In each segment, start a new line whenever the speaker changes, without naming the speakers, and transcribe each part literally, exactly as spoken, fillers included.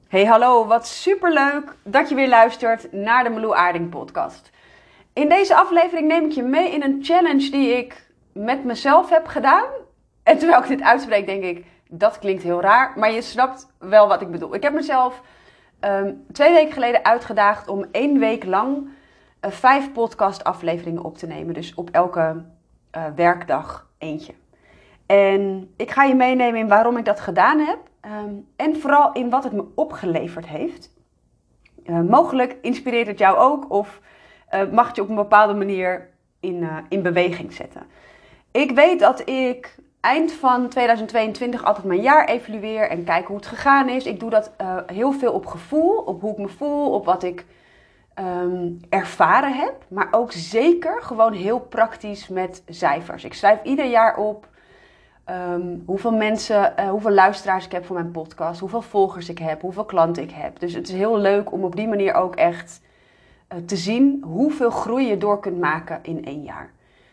Hey hallo, wat superleuk dat je weer luistert naar de Meloe Aarding podcast. In deze aflevering neem ik je mee in een challenge die ik met mezelf heb gedaan. En terwijl ik dit uitspreek denk ik, dat klinkt heel raar, maar je snapt wel wat ik bedoel. Ik heb mezelf um, twee weken geleden uitgedaagd om één week lang uh, vijf podcast afleveringen op te nemen. Dus op elke uh, werkdag eentje. En ik ga je meenemen in waarom ik dat gedaan heb. Um, en vooral in wat het me opgeleverd heeft. Uh, mogelijk inspireert het jou ook of uh, mag het je op een bepaalde manier in, uh, in beweging zetten. Ik weet dat ik eind van tweeduizend tweeëntwintig altijd mijn jaar evalueer en kijk hoe het gegaan is. Ik doe dat uh, heel veel op gevoel, op hoe ik me voel, op wat ik um, ervaren heb. Maar ook zeker gewoon heel praktisch met cijfers. Ik schrijf ieder jaar op Um, hoeveel mensen, uh, hoeveel luisteraars ik heb voor mijn podcast, hoeveel volgers ik heb, hoeveel klanten ik heb. Dus het is heel leuk om op die manier ook echt uh, te zien hoeveel groei je door kunt maken in één jaar.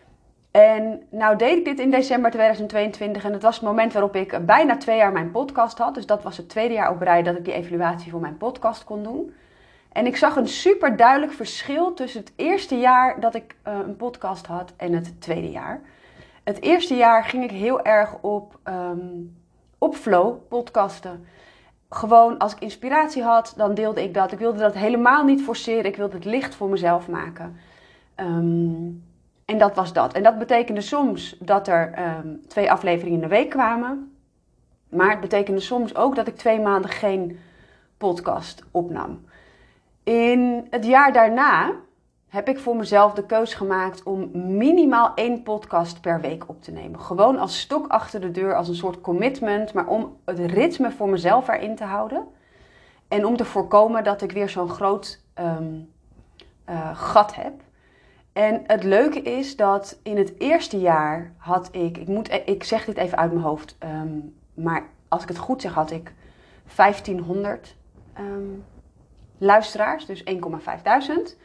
En nou deed ik dit in december tweeduizend tweeëntwintig en het was het moment waarop ik uh, bijna twee jaar mijn podcast had. Dus dat was het tweede jaar op rij dat ik die evaluatie voor mijn podcast kon doen. En ik zag een super duidelijk verschil tussen het eerste jaar dat ik uh, een podcast had en het tweede jaar. Het eerste jaar ging ik heel erg op, um, op flow, podcasten. Gewoon als ik inspiratie had, dan deelde ik dat. Ik wilde dat helemaal niet forceren. Ik wilde het licht voor mezelf maken. Um, en dat was dat. En dat betekende soms dat er um, twee afleveringen in de week kwamen. Maar het betekende soms ook dat ik twee maanden geen podcast opnam. In het jaar daarna heb ik voor mezelf de keus gemaakt om minimaal één podcast per week op te nemen. Gewoon als stok achter de deur, als een soort commitment, maar om het ritme voor mezelf erin te houden. En om te voorkomen dat ik weer zo'n groot um, uh, gat heb. En het leuke is dat in het eerste jaar had ik, ik, moet, ik zeg dit even uit mijn hoofd, um, maar als ik het goed zeg had ik vijftienhonderd um, luisteraars, dus één komma vijfduizend.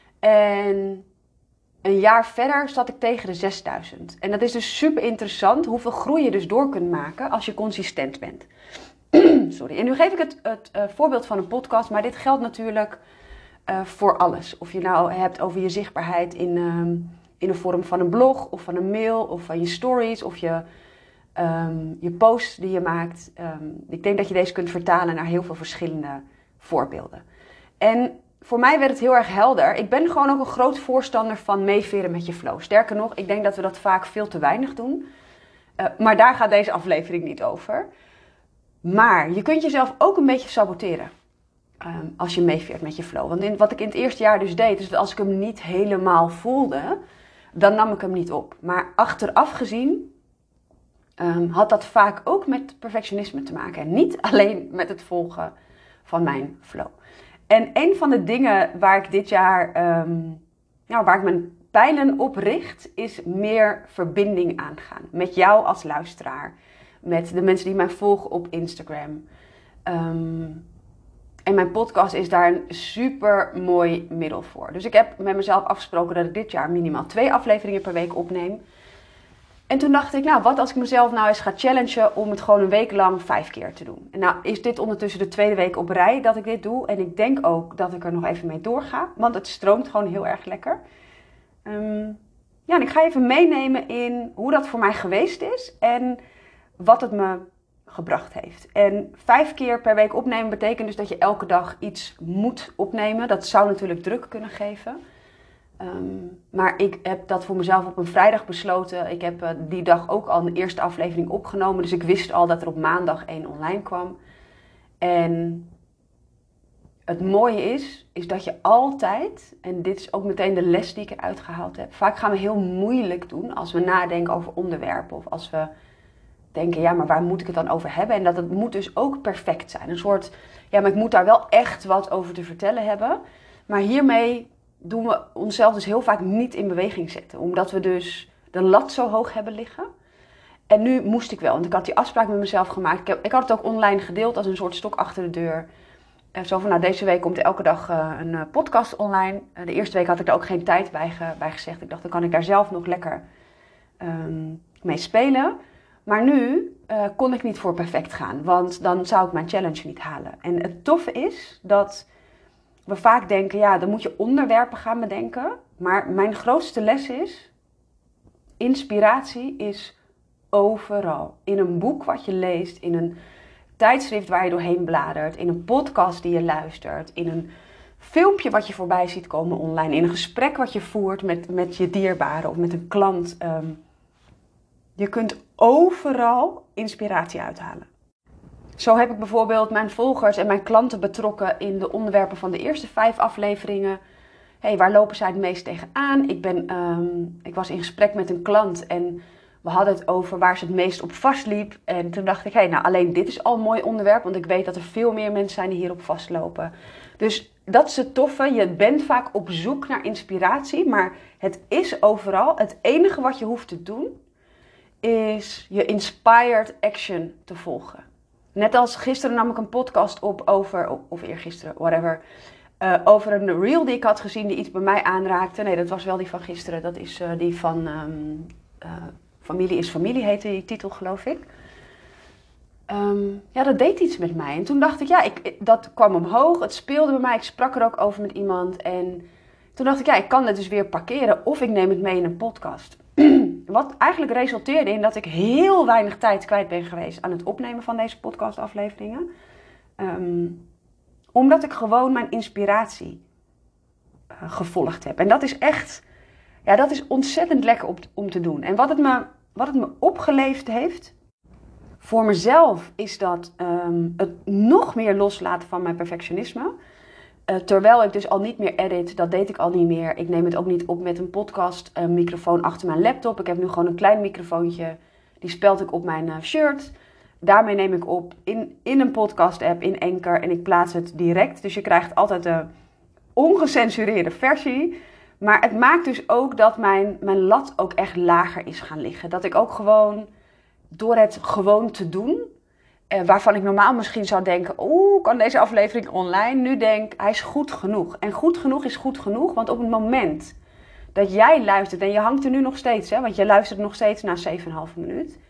En een jaar verder zat ik tegen de zesduizend. En dat is dus super interessant hoeveel groei je dus door kunt maken als je consistent bent. Sorry. En nu geef ik het, het uh, voorbeeld van een podcast, maar dit geldt natuurlijk uh, voor alles. Of je nou hebt over je zichtbaarheid in, um, in de vorm van een blog of van een mail of van je stories of je, um, je posts die je maakt. Um, ik denk dat je deze kunt vertalen naar heel veel verschillende voorbeelden. En voor mij werd het heel erg helder. Ik ben gewoon ook een groot voorstander van meeveren met je flow. Sterker nog, ik denk dat we dat vaak veel te weinig doen. Uh, maar daar gaat deze aflevering niet over. Maar je kunt jezelf ook een beetje saboteren. Um, als je meeveert met je flow. Want in, wat ik in het eerste jaar dus deed, is dat als ik hem niet helemaal voelde, dan nam ik hem niet op. Maar achteraf gezien um, had dat vaak ook met perfectionisme te maken. En niet alleen met het volgen van mijn flow. En een van de dingen waar ik dit jaar, um, nou, waar ik mijn pijlen op richt, is meer verbinding aangaan. Met jou als luisteraar. Met de mensen die mij volgen op Instagram. Um, en mijn podcast is daar een super mooi middel voor. Dus ik heb met mezelf afgesproken dat ik dit jaar minimaal twee afleveringen per week opneem. En toen dacht ik, nou, wat als ik mezelf nou eens ga challengen om het gewoon een week lang vijf keer te doen. En nou is dit ondertussen de tweede week op rij dat ik dit doe. En ik denk ook dat ik er nog even mee doorga, want het stroomt gewoon heel erg lekker. Um, ja, en ik ga even meenemen in hoe dat voor mij geweest is en wat het me gebracht heeft. En vijf keer per week opnemen betekent dus dat je elke dag iets moet opnemen. Dat zou natuurlijk druk kunnen geven. Um, maar ik heb dat voor mezelf op een vrijdag besloten. Ik heb uh, die dag ook al een eerste aflevering opgenomen. Dus ik wist al dat er op maandag één online kwam. En het mooie is, is dat je altijd, en dit is ook meteen de les die ik eruit gehaald heb. Vaak gaan we heel moeilijk doen als we nadenken over onderwerpen. Of als we denken, ja, maar waar moet ik het dan over hebben? En dat het moet dus ook perfect zijn. Een soort, ja, maar ik moet daar wel echt wat over te vertellen hebben. Maar hiermee doen we onszelf dus heel vaak niet in beweging zetten. Omdat we dus de lat zo hoog hebben liggen. En nu moest ik wel, want ik had die afspraak met mezelf gemaakt. Ik, heb, ik had het ook online gedeeld als een soort stok achter de deur. Uh, zo van, nou, deze week komt elke dag uh, een uh, podcast online. Uh, de eerste week had ik er ook geen tijd bij, ge, bij gezegd. Ik dacht, dan kan ik daar zelf nog lekker um, mee spelen. Maar nu uh, kon ik niet voor perfect gaan, want dan zou ik mijn challenge niet halen. En het toffe is dat we vaak denken, ja, dan moet je onderwerpen gaan bedenken. Maar mijn grootste les is, inspiratie is overal. In een boek wat je leest, in een tijdschrift waar je doorheen bladert, in een podcast die je luistert, in een filmpje wat je voorbij ziet komen online, in een gesprek wat je voert met, met je dierbare of met een klant. Um, je kunt overal inspiratie uithalen. Zo heb ik bijvoorbeeld mijn volgers en mijn klanten betrokken in de onderwerpen van de eerste vijf afleveringen. Hey, waar lopen zij het meest tegenaan? Ik, ben, um, ik was in gesprek met een klant en we hadden het over waar ze het meest op vastliep. En toen dacht ik, hey, nou alleen dit is al een mooi onderwerp, want ik weet dat er veel meer mensen zijn die hierop vastlopen. Dus dat is het toffe. Je bent vaak op zoek naar inspiratie, maar het is overal. Het enige wat je hoeft te doen is je inspired action te volgen. Net als gisteren nam ik een podcast op over, of eergisteren, whatever, uh, over een reel die ik had gezien die iets bij mij aanraakte. Nee, dat was wel die van gisteren. Dat is uh, die van um, uh, Familie is Familie, heette die titel, geloof ik. Um, ja, dat deed iets met mij. En toen dacht ik, ja, ik, dat kwam omhoog. Het speelde bij mij. Ik sprak er ook over met iemand. En toen dacht ik, ja, ik kan het dus weer parkeren of ik neem het mee in een podcast. Wat eigenlijk resulteerde in dat ik heel weinig tijd kwijt ben geweest aan het opnemen van deze podcastafleveringen. Um, omdat ik gewoon mijn inspiratie uh, gevolgd heb. En dat is echt, ja, dat is ontzettend lekker op, om te doen. En wat het me, wat het me opgeleverd heeft voor mezelf is dat um, het nog meer loslaten van mijn perfectionisme. Uh, terwijl ik dus al niet meer edit, dat deed ik al niet meer. Ik neem het ook niet op met een podcast, een microfoon achter mijn laptop. Ik heb nu gewoon een klein microfoontje, die speld ik op mijn uh, shirt. Daarmee neem ik op in, in een podcast app, in Anchor, en ik plaats het direct. Dus je krijgt altijd de ongecensureerde versie. Maar het maakt dus ook dat mijn, mijn lat ook echt lager is gaan liggen. Dat ik ook gewoon, door het gewoon te doen, Uh, waarvan ik normaal misschien zou denken, oeh, kan deze aflevering online? Nu denk hij is goed genoeg. En goed genoeg is goed genoeg, want op het moment dat jij luistert, en je hangt er nu nog steeds, hè, want je luistert nog steeds na zeven komma vijf minuut.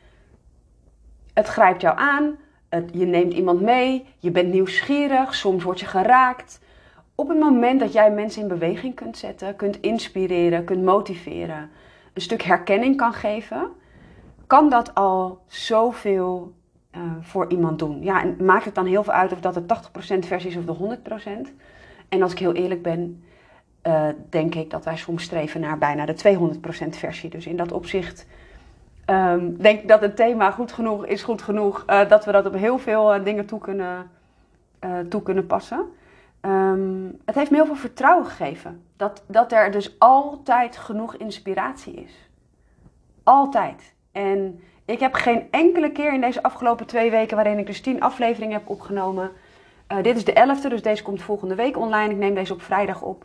Het grijpt jou aan, het, je neemt iemand mee, je bent nieuwsgierig, soms word je geraakt. Op het moment dat jij mensen in beweging kunt zetten, kunt inspireren, kunt motiveren, een stuk herkenning kan geven, kan dat al zoveel Uh, voor iemand doen. Ja, en maakt het dan heel veel uit of dat de tachtig procent versie is of de honderd procent. En als ik heel eerlijk ben, uh, denk ik dat wij soms streven naar bijna de tweehonderd procent versie. Dus in dat opzicht um, denk ik dat het thema goed genoeg is goed genoeg. Uh, dat we dat op heel veel uh, dingen toe kunnen, uh, toe kunnen passen. Um, het heeft me heel veel vertrouwen gegeven. Dat, dat er dus altijd genoeg inspiratie is. Altijd. En ik heb geen enkele keer in deze afgelopen twee weken, waarin ik dus tien afleveringen heb opgenomen. Uh, dit is de elfde, dus deze komt volgende week online. Ik neem deze op vrijdag op.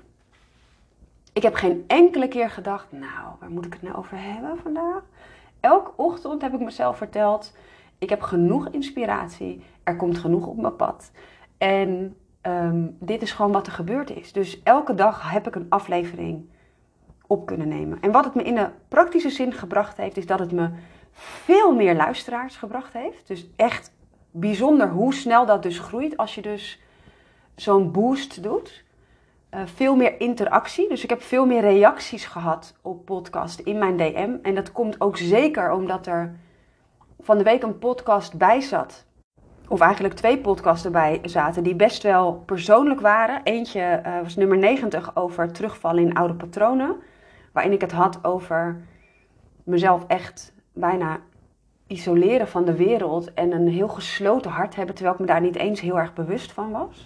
Ik heb geen enkele keer gedacht, nou, waar moet ik het nou over hebben vandaag? Elke ochtend heb ik mezelf verteld, ik heb genoeg inspiratie. Er komt genoeg op mijn pad. En um, dit is gewoon wat er gebeurd is. Dus elke dag heb ik een aflevering op kunnen nemen. En wat het me in de praktische zin gebracht heeft, is dat het me veel meer luisteraars gebracht heeft. Dus echt bijzonder hoe snel dat dus groeit als je dus zo'n boost doet. Uh, veel meer interactie. Dus ik heb veel meer reacties gehad op podcast in mijn D M. En dat komt ook zeker omdat er van de week een podcast bij zat. Of eigenlijk twee podcasts erbij zaten die best wel persoonlijk waren. Eentje uh, was nummer negentig over terugvallen in oude patronen. Waarin ik het had over mezelf echt bijna isoleren van de wereld en een heel gesloten hart hebben, terwijl ik me daar niet eens heel erg bewust van was.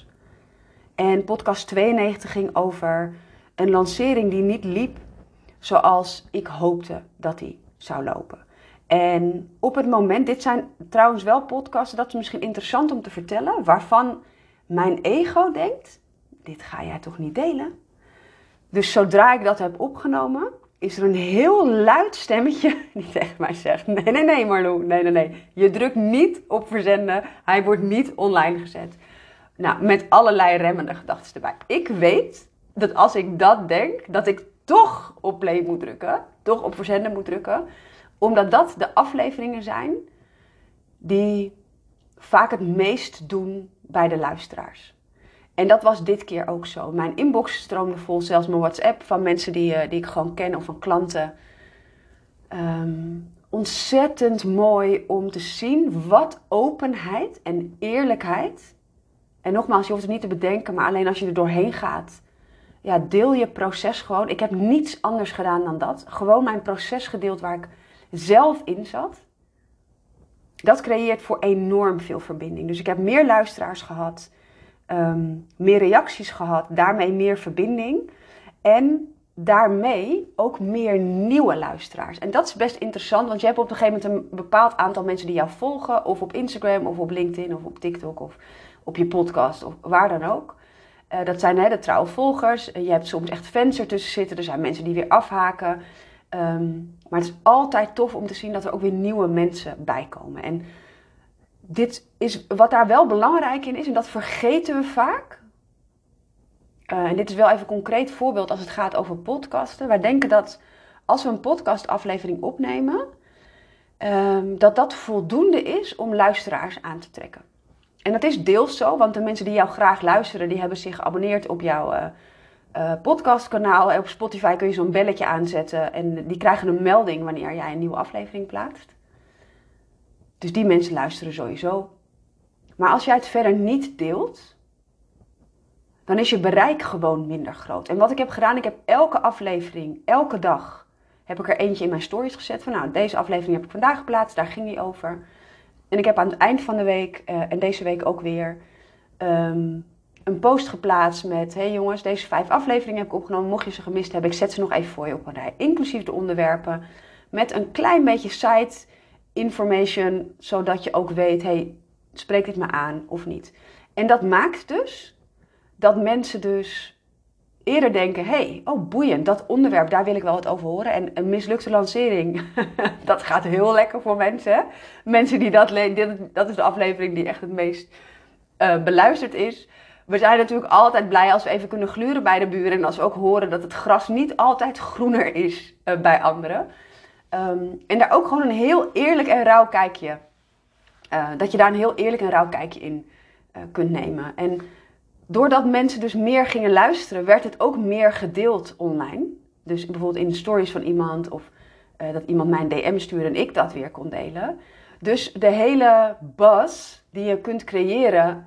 En podcast tweeënnegentig ging over een lancering die niet liep zoals ik hoopte dat die zou lopen. En op het moment, dit zijn trouwens wel podcasts, dat is misschien interessant om te vertellen, waarvan mijn ego denkt, dit ga jij toch niet delen? Dus zodra ik dat heb opgenomen, is er een heel luid stemmetje die tegen mij zegt, nee, nee, nee Marlou, nee, nee, nee. Je drukt niet op verzenden, hij wordt niet online gezet. Nou, met allerlei remmende gedachten erbij. Ik weet dat als ik dat denk, dat ik toch op play moet drukken, toch op verzenden moet drukken, omdat dat de afleveringen zijn die vaak het meest doen bij de luisteraars. En dat was dit keer ook zo. Mijn inbox stroomde vol, zelfs mijn WhatsApp van mensen die, uh, die ik gewoon ken of van klanten. Um, ontzettend mooi om te zien wat openheid en eerlijkheid. En nogmaals, je hoeft het niet te bedenken, maar alleen als je er doorheen gaat. Ja, deel je proces gewoon. Ik heb niets anders gedaan dan dat. Gewoon mijn proces gedeeld waar ik zelf in zat. Dat creëert voor enorm veel verbinding. Dus ik heb meer luisteraars gehad. Um, meer reacties gehad. Daarmee meer verbinding. En daarmee ook meer nieuwe luisteraars. En dat is best interessant. Want je hebt op een gegeven moment een bepaald aantal mensen die jou volgen. Of op Instagram, of op LinkedIn, of op TikTok, of op je podcast, of waar dan ook. Uh, dat zijn hè, de trouwe volgers. Uh, je hebt soms echt fans ertussen zitten. Er zijn mensen die weer afhaken. Um, maar het is altijd tof om te zien dat er ook weer nieuwe mensen bij komen. En dit is wat daar wel belangrijk in is. En dat vergeten we vaak. Uh, en dit is wel even een concreet voorbeeld als het gaat over podcasten. Wij denken dat als we een podcastaflevering opnemen, um, dat dat voldoende is om luisteraars aan te trekken. En dat is deels zo, want de mensen die jou graag luisteren, die hebben zich geabonneerd op jouw uh, uh, podcastkanaal. En op Spotify kun je zo'n belletje aanzetten en die krijgen een melding wanneer jij een nieuwe aflevering plaatst. Dus die mensen luisteren sowieso. Maar als jij het verder niet deelt, dan is je bereik gewoon minder groot. En wat ik heb gedaan, ik heb elke aflevering, elke dag, heb ik er eentje in mijn stories gezet. Van nou, deze aflevering heb ik vandaag geplaatst, daar ging die over. En ik heb aan het eind van de week, uh, en deze week ook weer, um, een post geplaatst met: hey jongens, deze vijf afleveringen heb ik opgenomen. Mocht je ze gemist hebben, ik zet ze nog even voor je op een rij. Inclusief de onderwerpen. Met een klein beetje site information, zodat je ook weet: hey, spreekt dit me aan of niet? En dat maakt dus dat mensen dus eerder denken: hey, oh boeiend, dat onderwerp, daar wil ik wel wat over horen. En een mislukte lancering, dat gaat heel lekker voor mensen. Hè? Mensen die dat lezen, dat is de aflevering die echt het meest uh, beluisterd is. We zijn natuurlijk altijd blij als we even kunnen gluren bij de buren. En als we ook horen dat het gras niet altijd groener is uh, bij anderen. Um, en daar ook gewoon een heel eerlijk en rauw kijkje. Uh, dat je daar een heel eerlijk en rauw kijkje in uh, kunt nemen. En doordat mensen dus meer gingen luisteren, werd het ook meer gedeeld online. Dus bijvoorbeeld in de stories van iemand, of uh, dat iemand mij een D M stuurde en ik dat weer kon delen. Dus de hele buzz die je kunt creëren,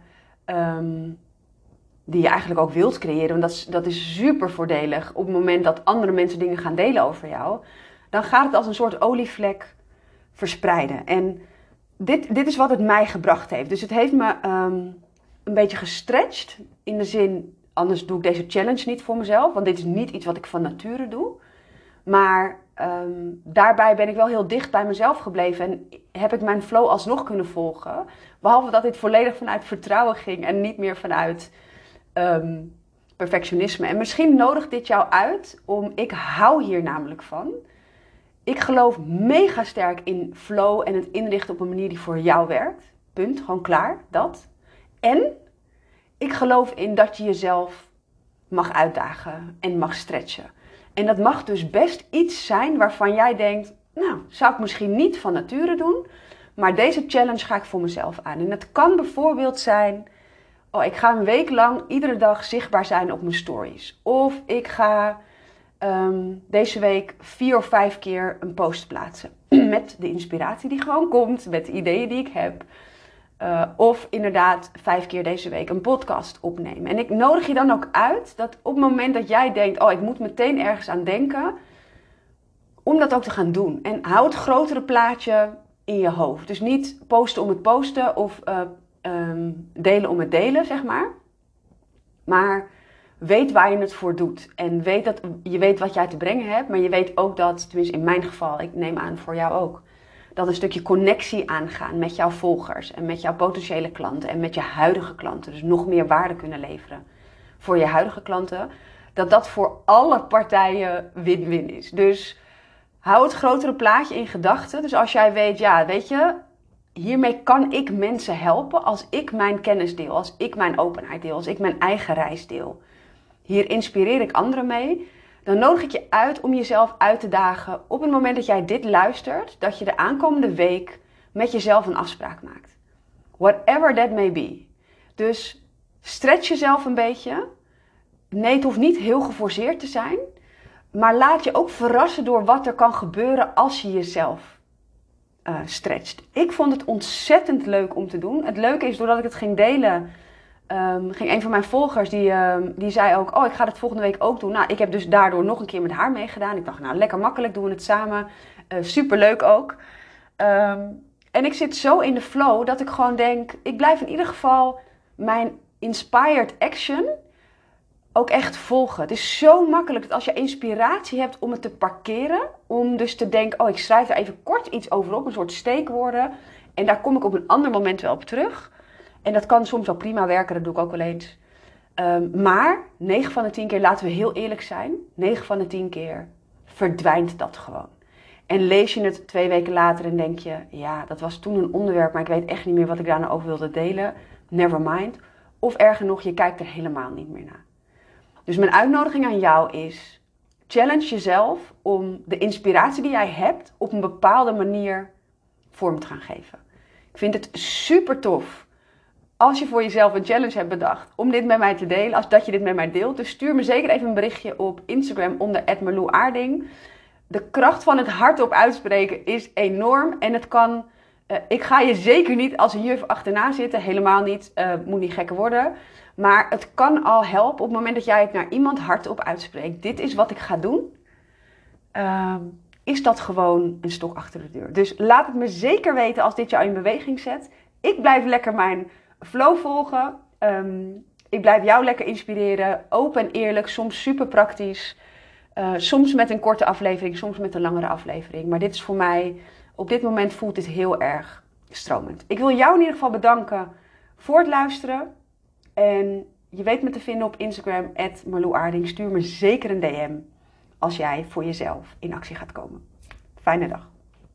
um, die je eigenlijk ook wilt creëren, want dat is, dat is super voordelig op het moment dat andere mensen dingen gaan delen over jou, dan gaat het als een soort olievlek verspreiden. En dit, dit is wat het mij gebracht heeft. Dus het heeft me um, een beetje gestretched in de zin, anders doe ik deze challenge niet voor mezelf, want dit is niet iets wat ik van nature doe. Maar um, daarbij ben ik wel heel dicht bij mezelf gebleven en heb ik mijn flow alsnog kunnen volgen. Behalve dat dit volledig vanuit vertrouwen ging en niet meer vanuit um, perfectionisme. En misschien nodigt dit jou uit om, ik hou hier namelijk van. Ik geloof mega sterk in flow en het inrichten op een manier die voor jou werkt. Punt, gewoon klaar, dat. En ik geloof in dat je jezelf mag uitdagen en mag stretchen. En dat mag dus best iets zijn waarvan jij denkt, nou, zou ik misschien niet van nature doen, maar deze challenge ga ik voor mezelf aan. En dat kan bijvoorbeeld zijn, oh, ik ga een week lang iedere dag zichtbaar zijn op mijn stories. Of ik ga um, deze week vier of vijf keer een post plaatsen. Met de inspiratie die gewoon komt, met de ideeën die ik heb. Uh, of inderdaad vijf keer deze week een podcast opnemen. En ik nodig je dan ook uit dat op het moment dat jij denkt, oh, ik moet meteen ergens aan denken, om dat ook te gaan doen. En hou het grotere plaatje in je hoofd. Dus niet posten om het posten of uh, um, delen om het delen, zeg maar. Maar weet waar je het voor doet. En weet dat, je weet wat jij te brengen hebt, maar je weet ook dat, tenminste in mijn geval, ik neem aan voor jou ook, dat een stukje connectie aangaan met jouw volgers en met jouw potentiële klanten en met je huidige klanten. Dus nog meer waarde kunnen leveren voor je huidige klanten. Dat dat voor alle partijen win-win is. Dus hou het grotere plaatje in gedachten. Dus als jij weet, ja, weet je, hiermee kan ik mensen helpen als ik mijn kennis deel, als ik mijn openheid deel, als ik mijn eigen reis deel. Hier inspireer ik anderen mee. Dan nodig ik je uit om jezelf uit te dagen op het moment dat jij dit luistert, dat je de aankomende week met jezelf een afspraak maakt. Whatever that may be. Dus stretch jezelf een beetje. Nee, het hoeft niet heel geforceerd te zijn. Maar laat je ook verrassen door wat er kan gebeuren als je jezelf uh, stretcht. Ik vond het ontzettend leuk om te doen. Het leuke is, doordat ik het ging delen, um, ging een van mijn volgers, die, um, die zei ook, oh, ik ga het volgende week ook doen. Nou, ik heb dus daardoor nog een keer met haar meegedaan. Ik dacht, nou, lekker makkelijk, doen we het samen. Uh, superleuk ook. Um, en ik zit zo in de flow dat ik gewoon denk, ik blijf in ieder geval mijn inspired action ook echt volgen. Het is zo makkelijk dat als je inspiratie hebt om het te parkeren, om dus te denken, oh, ik schrijf er even kort iets over op, een soort steekwoorden, en daar kom ik op een ander moment wel op terug. En dat kan soms ook prima werken, dat doe ik ook wel eens. Um, maar negen van de tien keer, laten we heel eerlijk zijn, negen van de tien keer verdwijnt dat gewoon. En lees je het twee weken later en denk je, ja, dat was toen een onderwerp, maar ik weet echt niet meer wat ik daar nou over wilde delen. Never mind. Of erger nog, je kijkt er helemaal niet meer naar. Dus mijn uitnodiging aan jou is, challenge jezelf om de inspiratie die jij hebt op een bepaalde manier vorm te gaan geven. Ik vind het super tof als je voor jezelf een challenge hebt bedacht om dit met mij te delen, als dat je dit met mij deelt. Dus stuur me zeker even een berichtje op Instagram onder at marlou aarding. De kracht van het hardop uitspreken is enorm en het kan, uh, ik ga je zeker niet als een juf achterna zitten, helemaal niet, uh, moet niet gekker worden. Maar het kan al helpen op het moment dat jij het naar iemand hardop uitspreekt. Dit is wat ik ga doen. Uh, is dat gewoon een stok achter de deur. Dus laat het me zeker weten als dit jou in beweging zet. Ik blijf lekker mijn flow volgen. Um, ik blijf jou lekker inspireren. Open en eerlijk, soms super praktisch. Uh, soms met een korte aflevering, soms met een langere aflevering. Maar dit is voor mij, op dit moment voelt dit heel erg stromend. Ik wil jou in ieder geval bedanken voor het luisteren. En je weet me te vinden op Instagram, at marlou aarding. Stuur me zeker een D M als jij voor jezelf in actie gaat komen. Fijne dag.